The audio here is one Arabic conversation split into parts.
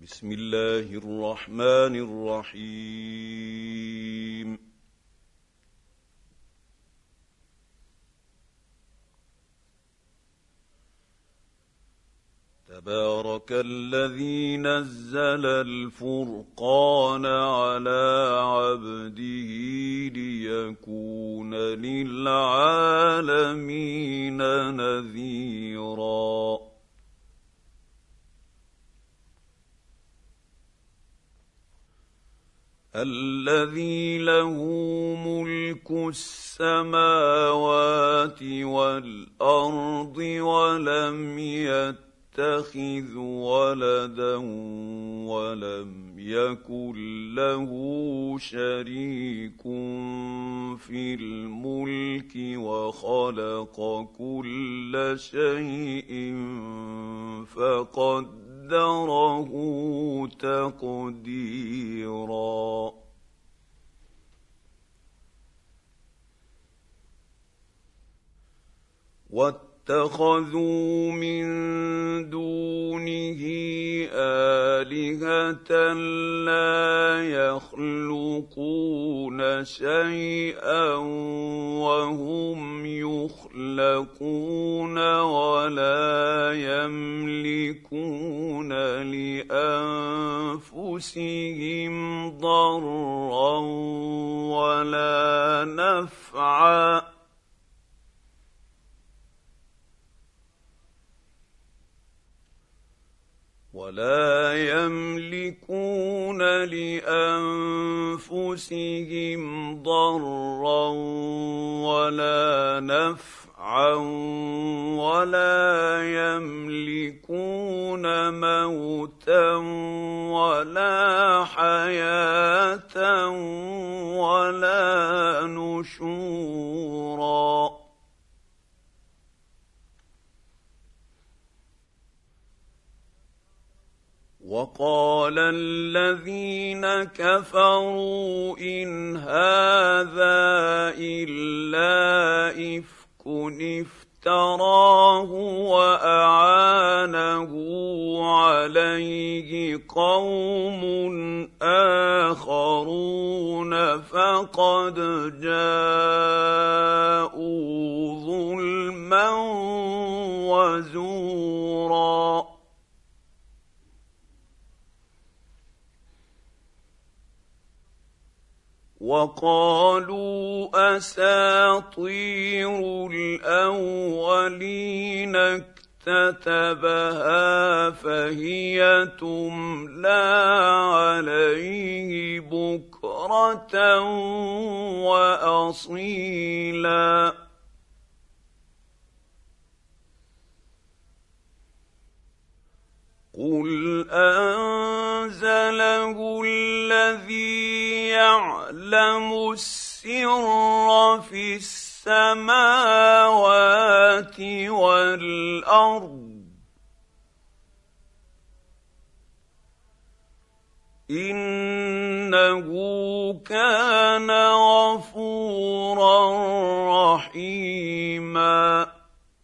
بسم الله الرحمن الرحيم. تبارك الذي نزل الفرقان على عبده ليكون للعالمين نذيرا. الذي له ملك السماوات والأرض ولم يتخذ ولدا ولم يكن له شريك في الملك وخلق كل شيء فقدره تقديرا. واتخذوا من دونه آلهة لا يخلقون شيئا وهم يخلقون ولا يملكون لأنفسهم ضرا ولا نفعا ولا يملكون موتا ولا حياة ولا نشورا. وقال الذين كفروا إن هذا إلا إفك افتراه وأعانه عليه قوم آخرون فقد جاءوا ظلما وزورا. وقالوا أساطير الأولين اكتتبها فهي تملى عليه بكرة وأصيلا. قل أنزله الذي يعلم السر في السماوات والأرض إنه كان غفورا رحيما.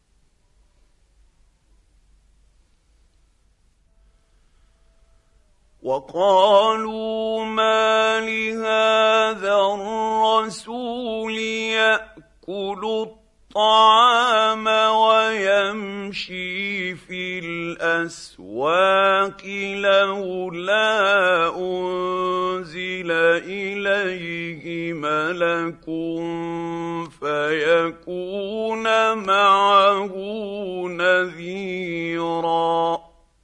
وقالوا ما لهذا الرسول يأكل الطعام ويمشي في الأسواق لولا أنزل إليه ملك فيكون معه نذيرا.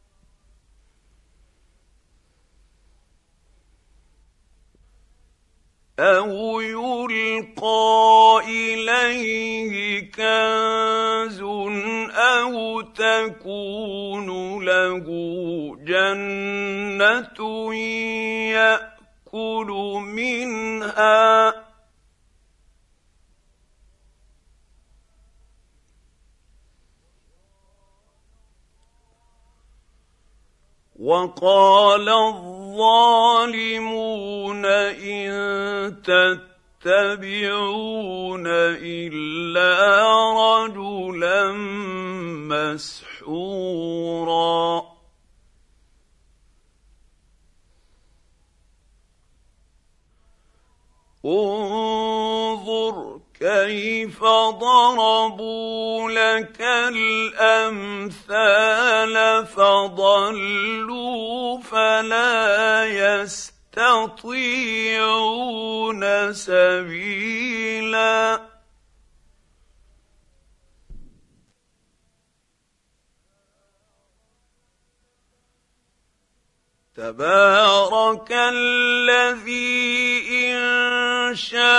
أو يلقى إليه كنز أو تكون له جنة يأكل منها وقال الظالمون إن تتبعون إلا رجلا مسحورا. انظر كيف ضربوا لك الامثال فضلوا فلا يستطيعون سبيلا تبارك الذي إن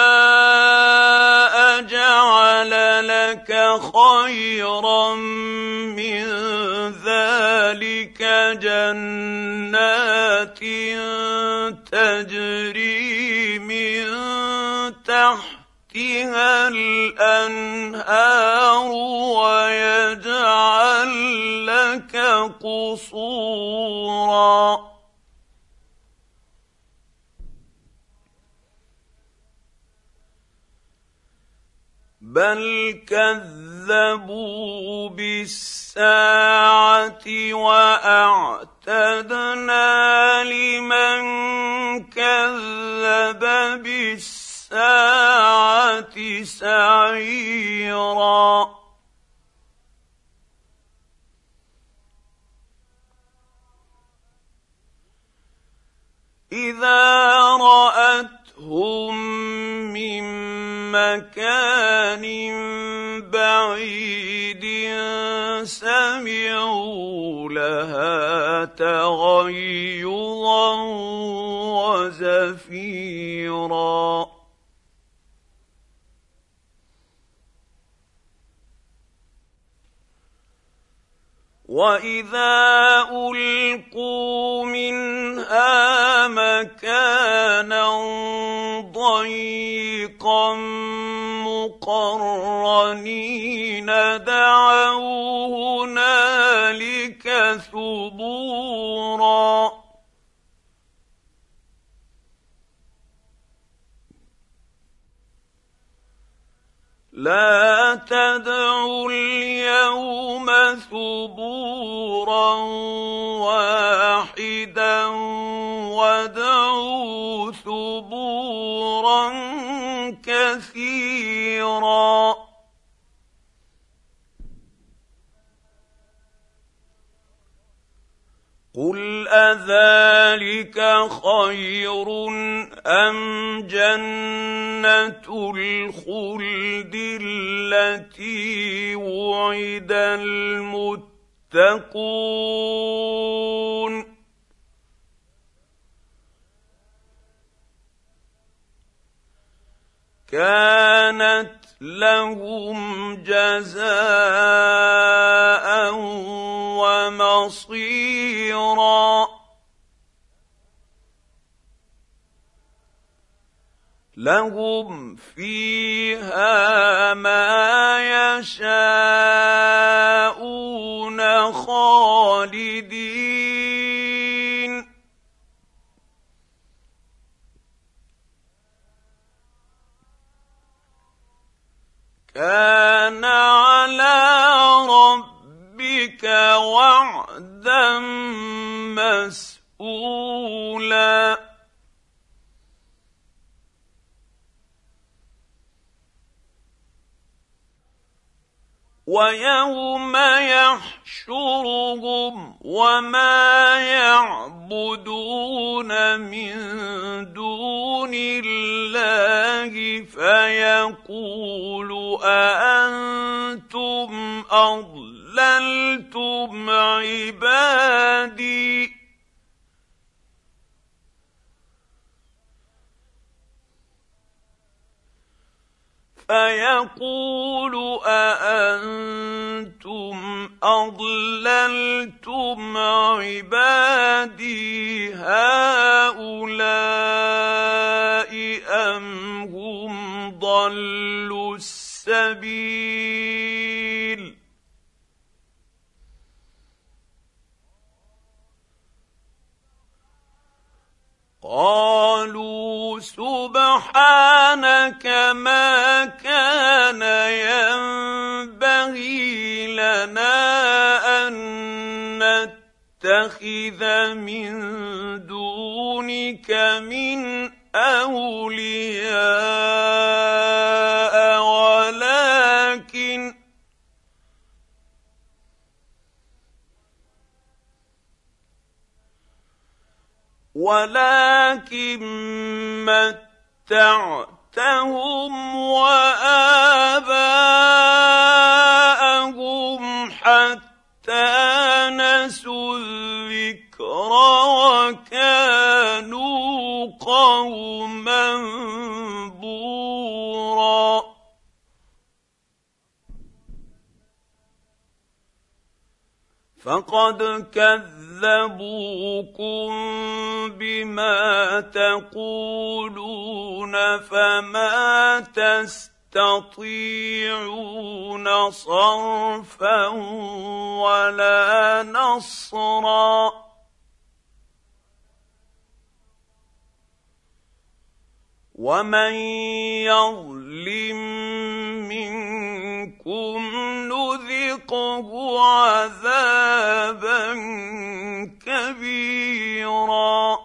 شاء جعل لك خيرا من ذلك جنات تجري من تحتها الأنهار ويجعل لك قصورا بل كذبوا بالساعة وأعتدنا لمن كذب بالساعة سعيرا إذا رأتهم من مكان بعيد سمعوا لها تغيظا وزفيرا وإذا ألقوا منها مكانا ضيقا مقرنين دعوا هنالك ثبورا لا تدعوا اليوم ثبورا واحدا وادعوا ثبورا كثيرا قل أذلك خير أم جنة الخلد التي وعد المتقون كانت لهم جزاء ومصيرا لهم فيها ما يشاءون خالدين كان على ربك وعدا مسئولا ويوم يحشرهم وما يعبدون من دون الله فيقول أأنتم أضللتم عبادي فيقول أأنتم أضللتم عبادي هؤلاء أم هم ضلوا السبيل قالوا سبحانك ما كان ينبغي لنا أن نتخذ من دونك من أولياء ولكن متعتهم وآباءهم حتى نسوا الذكر وكانوا قوما بورا. فقد كذبوكم بما تقولون فما تستطيعون صرفا ولا نصرا. ومن يظلم منكم نذقه عذابا كبيرا.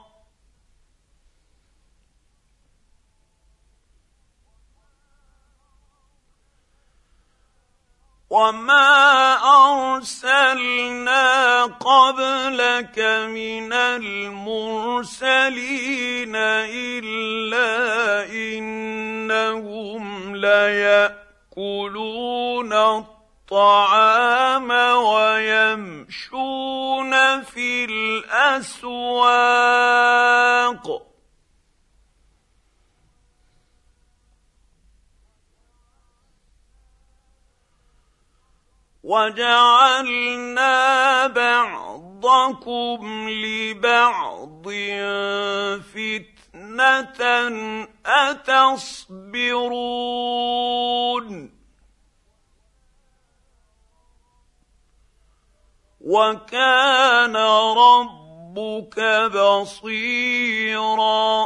وما أرسلنا قبلك من المرسلين إلا إنهم ليأكلون الطعام ويمشون في الأسواق وجعلنا بعضكم لبعض فتنة أتصبرون وكان ربك بصيرا.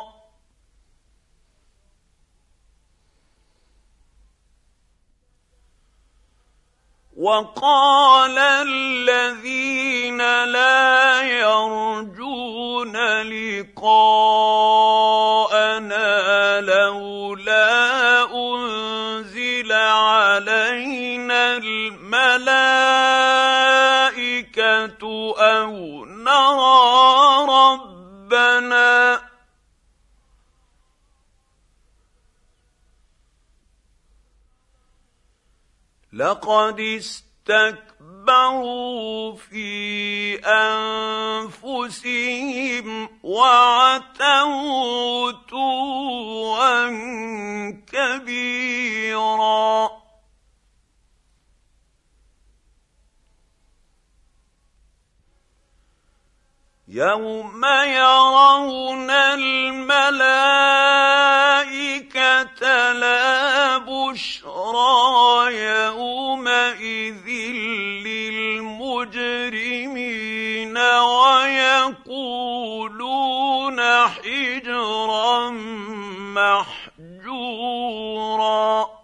وقال الذين لا يرجون لقاءنا لولا أنزل علينا الملائكة أو نرى ربنا لقد استكبروا في أنفسهم وعتوا عتوا كبيرا. يوم يرون الملائكة لا بشرى يومئذ للمجرمين ويقولون حجرا محجورا.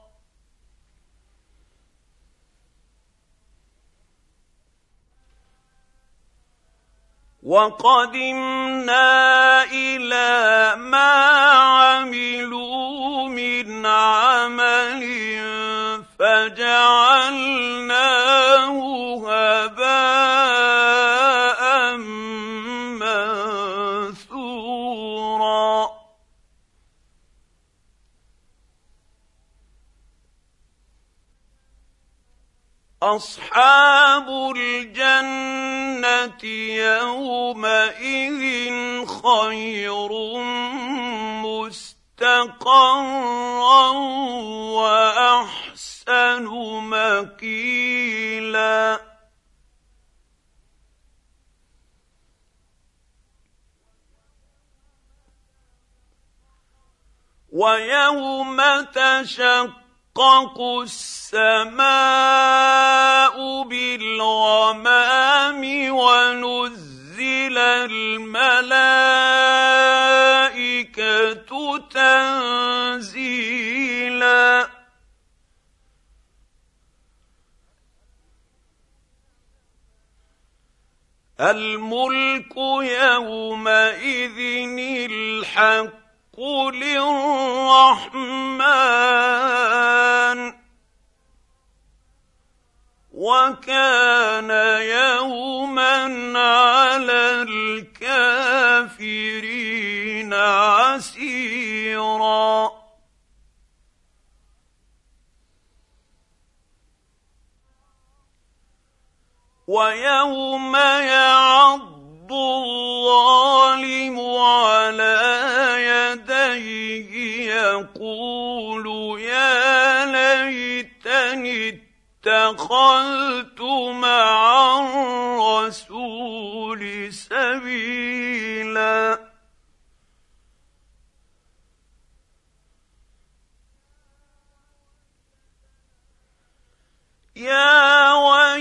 وقدمنا إلى ما عملوا من عمل فجعلناه هباء منثورا. أصحاب الجنة يومئذ خير مستقرا وأحسن مقيلا. ويوم تشقق السماء بالغمام ونزل الملائكة تنزيلا. الملك يومئذ الحق للرحمن وكان يوما على الكافرين عسيرا ويوم يعض الظالم على يديه يقول يا ليتني اتخذت مع الرسول سبيلا يا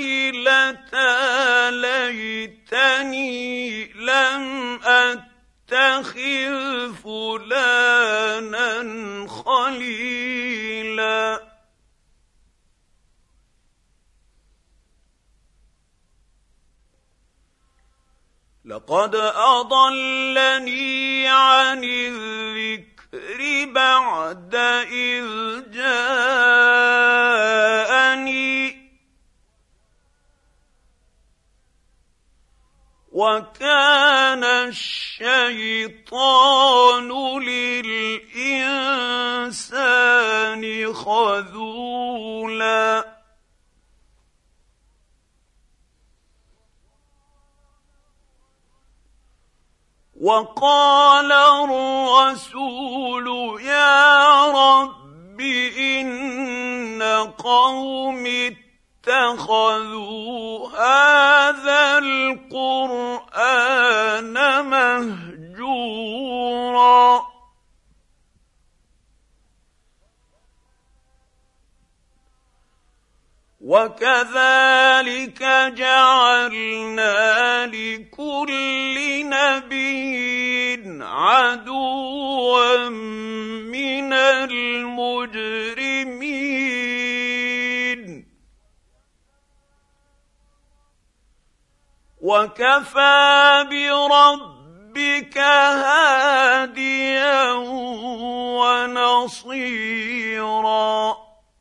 ويلتى ليتني لم أتخذ فلانا خليلا لقد أضلني عن الذكر بعد إذ جاءني وكان الشيطان للإنسان خذولا وقال الرسول يا رب إن قومي اتخذوا هذا القرآن مهجورا وكذلك جعلنا لكل نبي عدوا من المجرمين وكفى بربك هاديا ونصيرا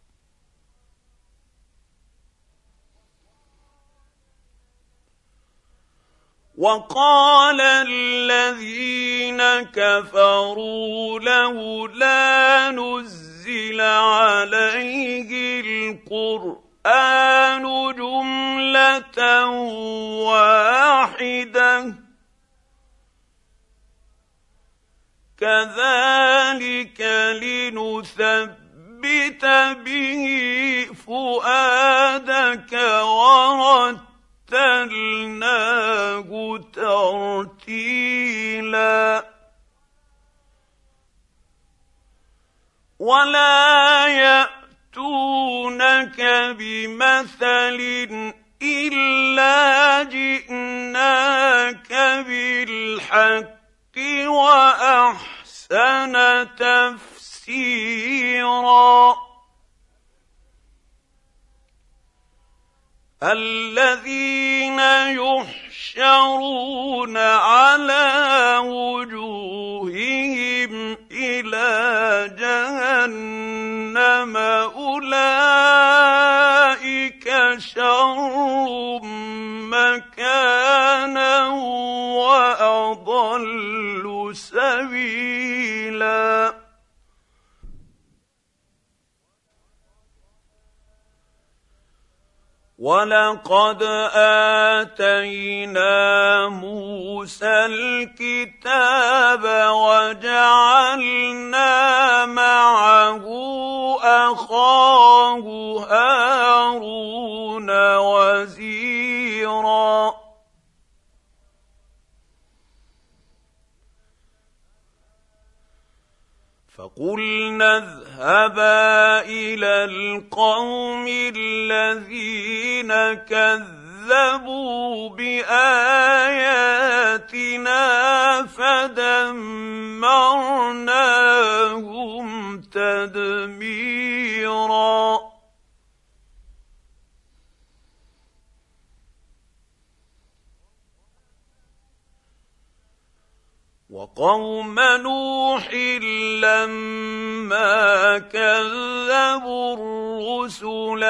وقال الذين كفروا لولا نزل عليه القرآن جملة واحدة كذلك لنثبت به فؤادك ورتلناه ترتيلا ولا يأتونك بمثل إلا جئناك بالحق وأحسن تفسيرا الذين يحشرون على وجوههم إلى جهنم أولئك شر مكانا وأضل سبيلا ولقد آتينا موسى الكتاب وجعلنا معه أخاه هارون وزيرا فقلنا اذهبا إلى القوم الذين كذبوا بآياتنا فدمرناهم تدميرا وقوم نوح لما كذبوا الرسل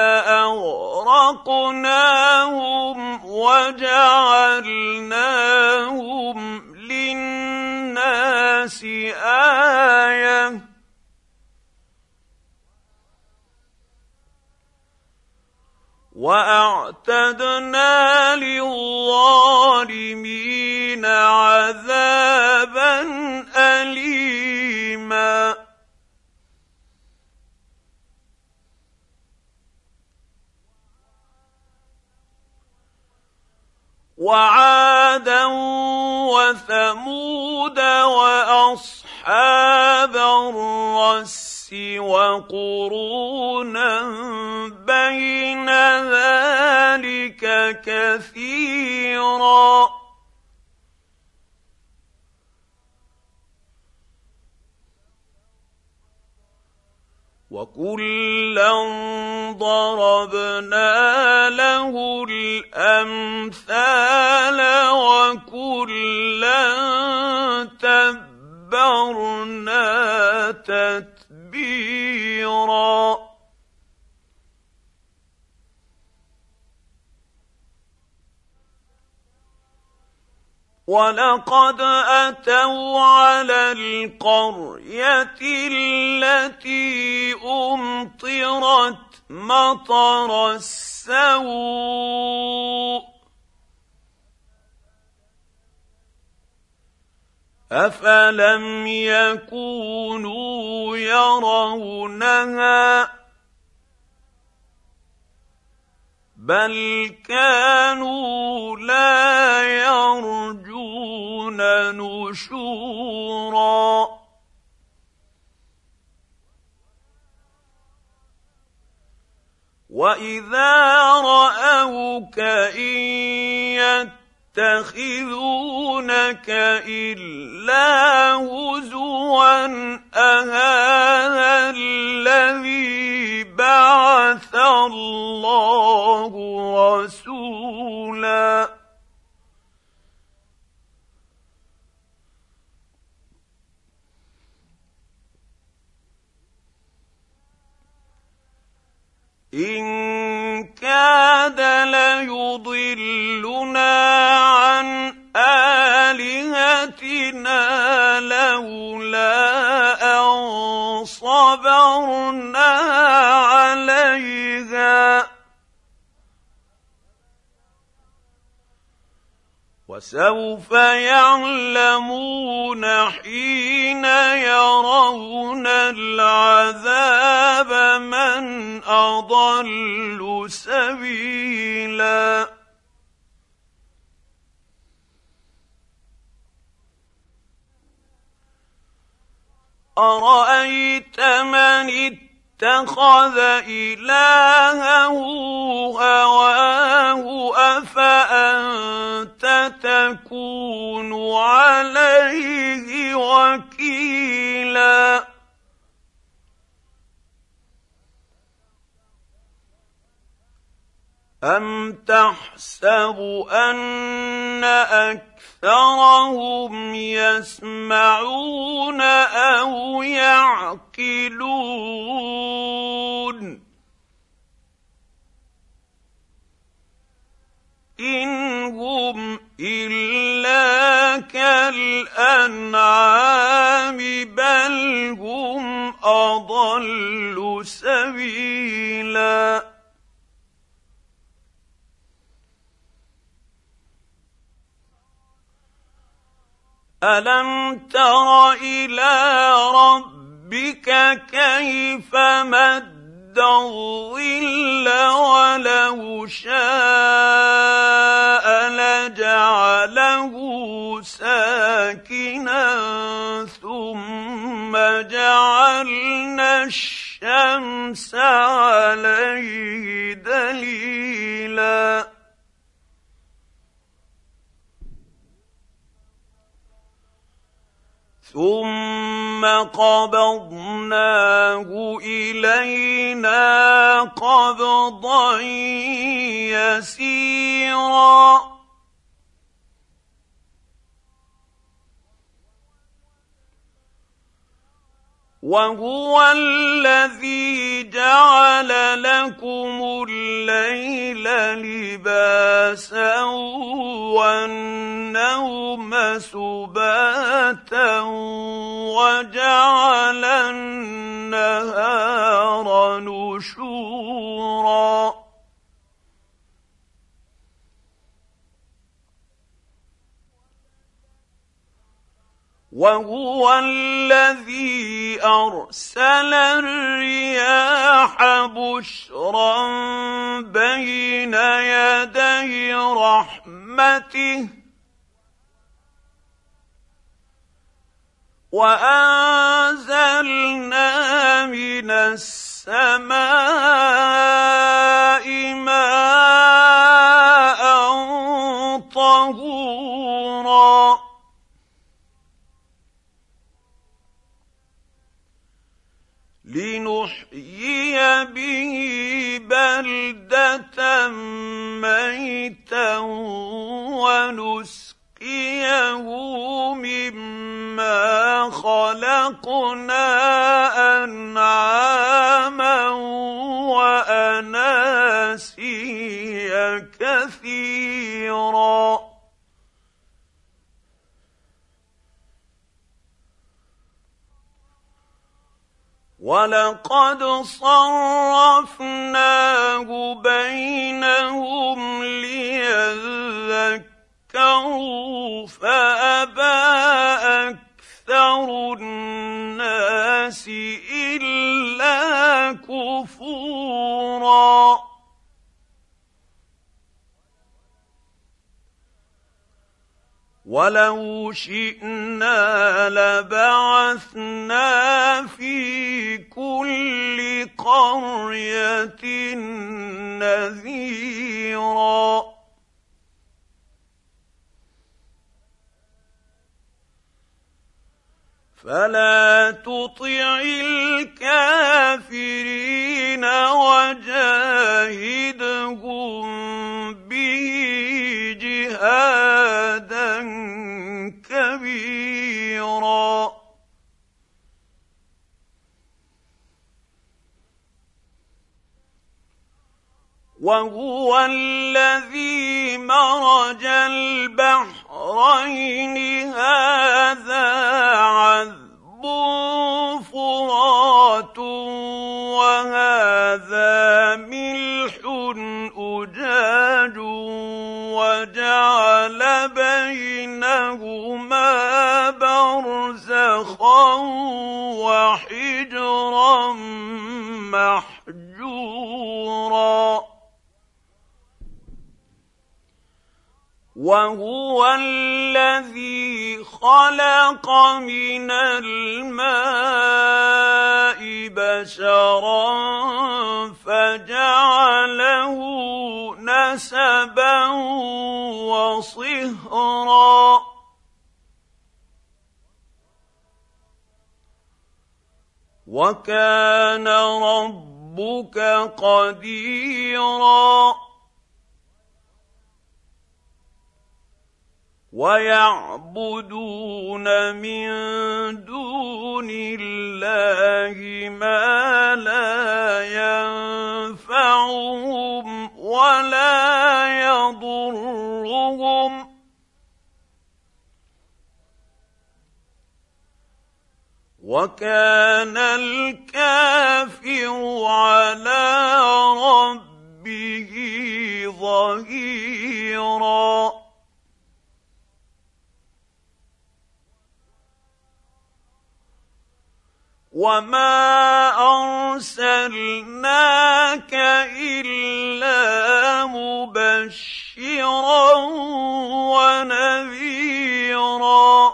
أغرقناهم وجعلناهم للناس آية وأعتدنا للظالمين عذابا أليما وعادا وثمود وأصحاب الرس وقرونا بين ذلك كثيرا وكلا ضربنا له الأمثال وكلا تبرنا تتبيرا ولقد أتوا على القرية التي أمطرت مطر السوء أفلم يكونوا يرونها بل كانوا لا يرجون نشورا وإذا رأوك إن يتخذونك إلا هزوا أهذا الذي بعث الله رسولا إن كاد ليضلنا عن آلهتنا لولا أن صبرنا عليها وسوف يعلمون حين يرون العذاب من أضل سبيلا أرأيت من اتخذ إلهه هواه أفأنت تكون عليه وكيلا أم تحسب أن أكثرهم يسمعون أو يعقلون إن هم إلا كالأنعام بل هم أضل سبيلا ألم تر إلى ربك كيف مد الظل ولو شاء لجعله ساكنا ثم جعلنا الشمس عليه دليلا ثم قبضناه إلينا قبضا يسيرا وهو الذي جعل لكم الليل لباسا والنوم سباتا وجعل النهار نشورا وهو الذي أرسل الرياح بشرا بين يدي رحمته وأنزلنا من السماء ماء طهورا لنحيي به بلدة ميتا ونسقيه مما خلقنا أنعاما وأناسيا كثيرا وَلَقَدْ صَرَّفْنَاهُ بَيْنَهُمْ لِيَذَّكَّرُوا فَأَبَىٰ أَكْثَرُ النَّاسِ إِلَّا كُفُورًا وَلَوْ شِئْنَا لَبَعَثْنَا فِي كُلِّ قَرْيَةٍ نَذِيرًا فَلَا تُطِعِ الْكَافِرِينَ وَجَاهِدْهُم بِهِ جِهَادًا كَبِيرًا وَهُوَ الَّذِي مَرَجَ الْبَحْرَيْنِ هَٰذَا عَذْبٌ فُرَاتٌ وَهَٰذَا مِلْحٌ أُجَاجٌ وَجَعَلَ بَيْنَهُمَا بَرْزَخًا وَحِجْرًا مَّحْجُورًا وَهُوَ الَّذِي خَلَقَ مِنَ الْمَاءِ بَشَرًا فَجَعَلَهُ نَسَبًا وَصِهْرًا وَكَانَ رَبُّكَ قَدِيرًا وَيَعْبُدُونَ مِن دُونِ اللَّهِ مَا لَا يَنفَعُهُمْ وَلَا يَضُرُّهُمْ وَكَانَ الْكَافِرُ عَلَىٰ رَبِّهِ ظَهِيرًا وَمَا أَرْسَلْنَاكَ إِلَّا مُبَشِّرًا وَنَذِيرًا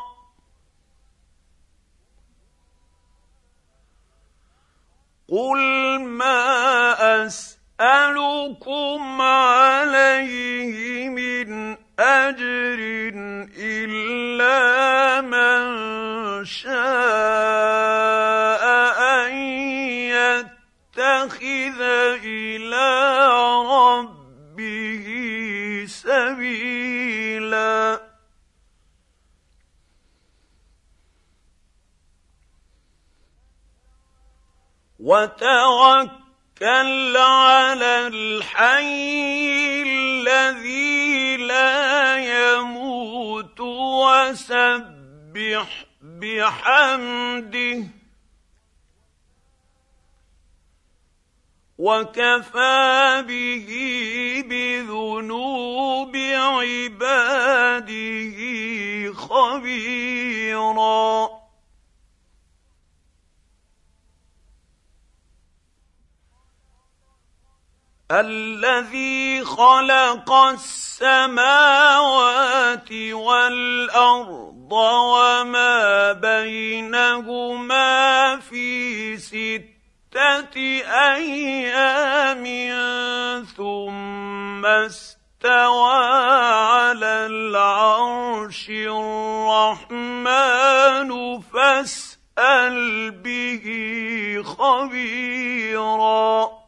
قُلْ مَا أَسْأَلُكُمْ عَلَيْهِ مِنْ أَجْرٍ إِلَّا مَن شَاءَ أَن يَتَّخِذَ إِلَىٰ رَبِّهِ سَبِيلًا وتوكل على الحي الذي لا يموت وسبح بحمده وكفى به بذنوب عباده خبيرا الذي خلق السماوات والأرض وما بينهما في 6 أيام ثم استوى على العرش الرحمن فاسأل به خبيرا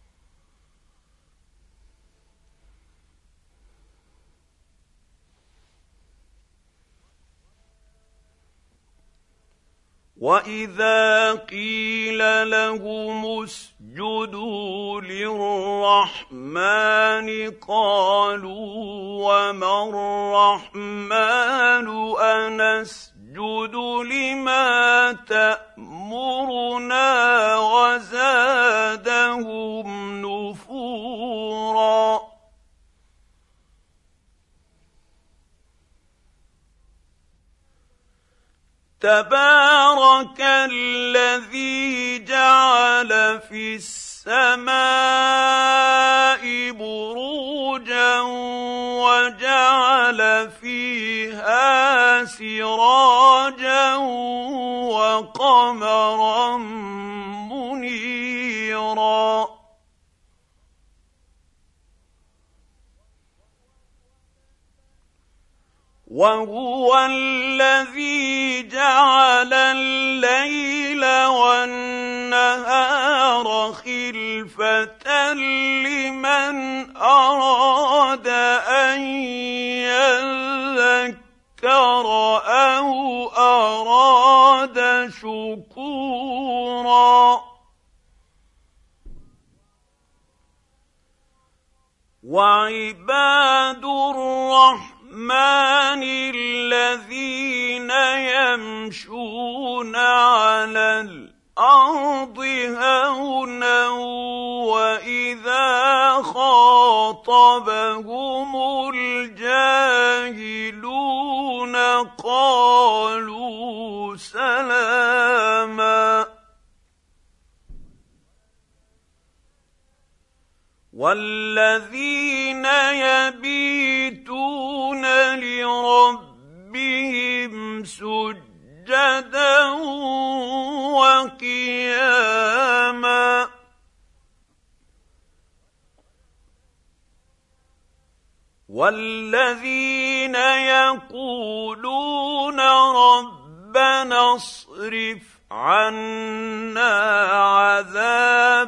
وَإِذَا قِيلَ لَهُمُ اسْجُدُوا لِلرَّحْمَنِ قَالُوا وَمَا الرَّحْمَنُ أَنَسْجُدُ لِمَا تَأْمُرُنَا وَزَادَهُمْ نُفُورًا تبارك الذي جعل في السماء بروجا وجعل فيها سراجا وقمرا منيرا وهو الذي جعل الليل والنهار خلفة لمن أراد أن يذكر أو أراد شكورا وعباد الرحمن الذين يمشون على الأرض هونا وإذا خاطبهم الجاهلون قالوا سلاما والذين يبيتون لربهم سجدا وقياما والذين يقولون ربنا اصرف عنا عذاب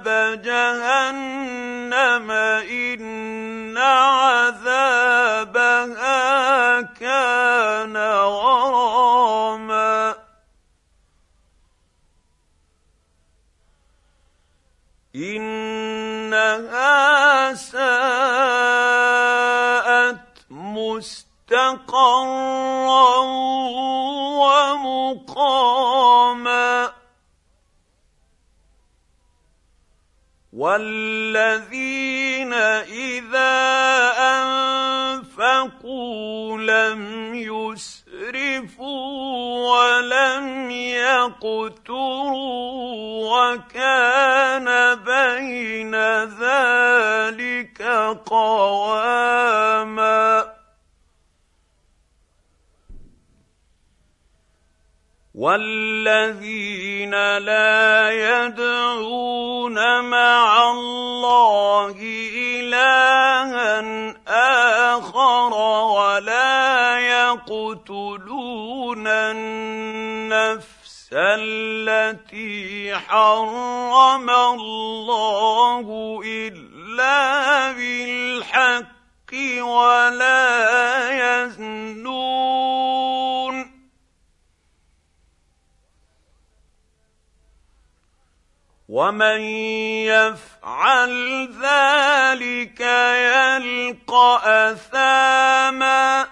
جهنم إن عذابها كان غراما إنها ساءت مستقرا ومقاما والذين إذا أنفقوا لم يسرفوا ولم يقتروا وكان بين ذلك قواما والذين لا يدعون مع الله إلها آخر ولا يقتلون النفس التي حرم الله إلا بالحق ولا يزنون ومن يفعل ذلك يلقى اثاما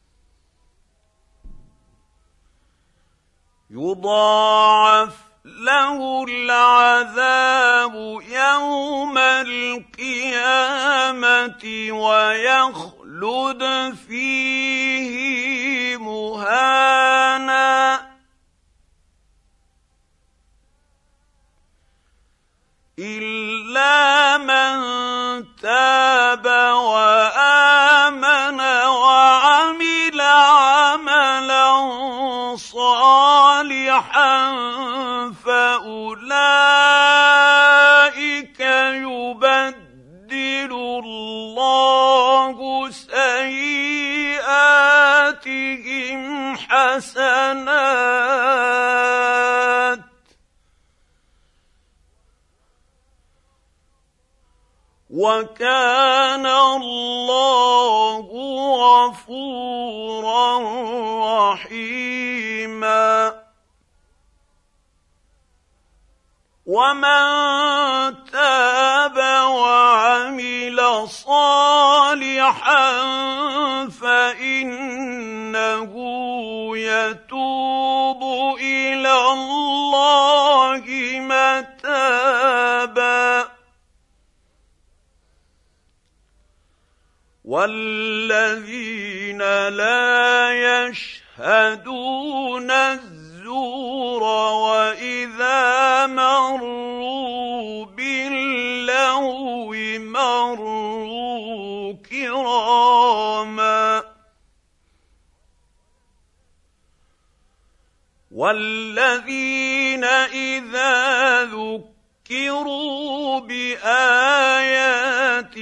يضاعف له العذاب يوم القيامة ويخلد فيه مهانا إلا من تاب وآمن وعمل عملا صالحا فأولئك يبدل الله سيئاتهم حسنات وكان الله غفورا رحيما ومن تاب وعمل صالحا فإنه يتوب إلى الله متابا والذين لا يشهدون الزور وإذا مروا باللغو مروا كراما والذين إذا ذكروا بآيات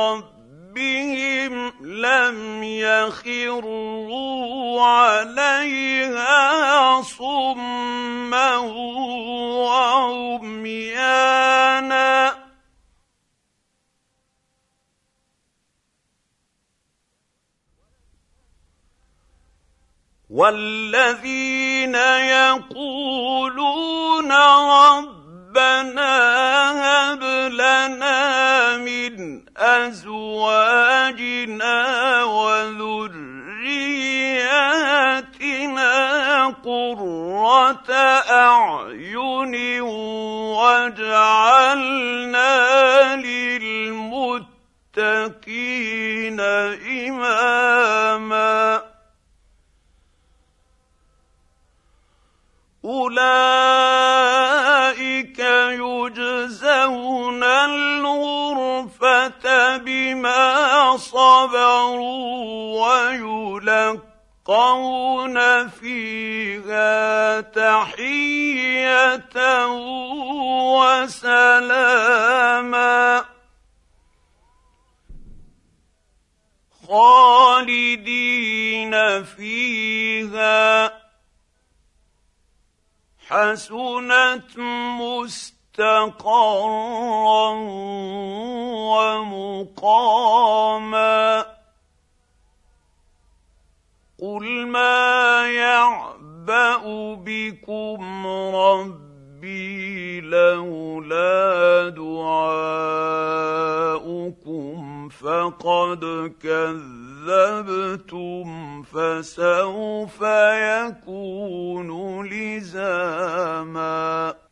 ربهم لم يخروا عليها صما وعميانا والذين يقولون ربنا هب لنا من أزواجنا وذرياتنا قرة أعين واجعلنا للمتقين إماما أولئك يجزون الغرفة بما صبروا ويلقون فيها تحية وسلاما خالدين فيها حسنت مستقرا ومقاما قل ما يعبأ بكم ربي لولا دعاؤكم فقد كذبتم فسوف يكون لزاما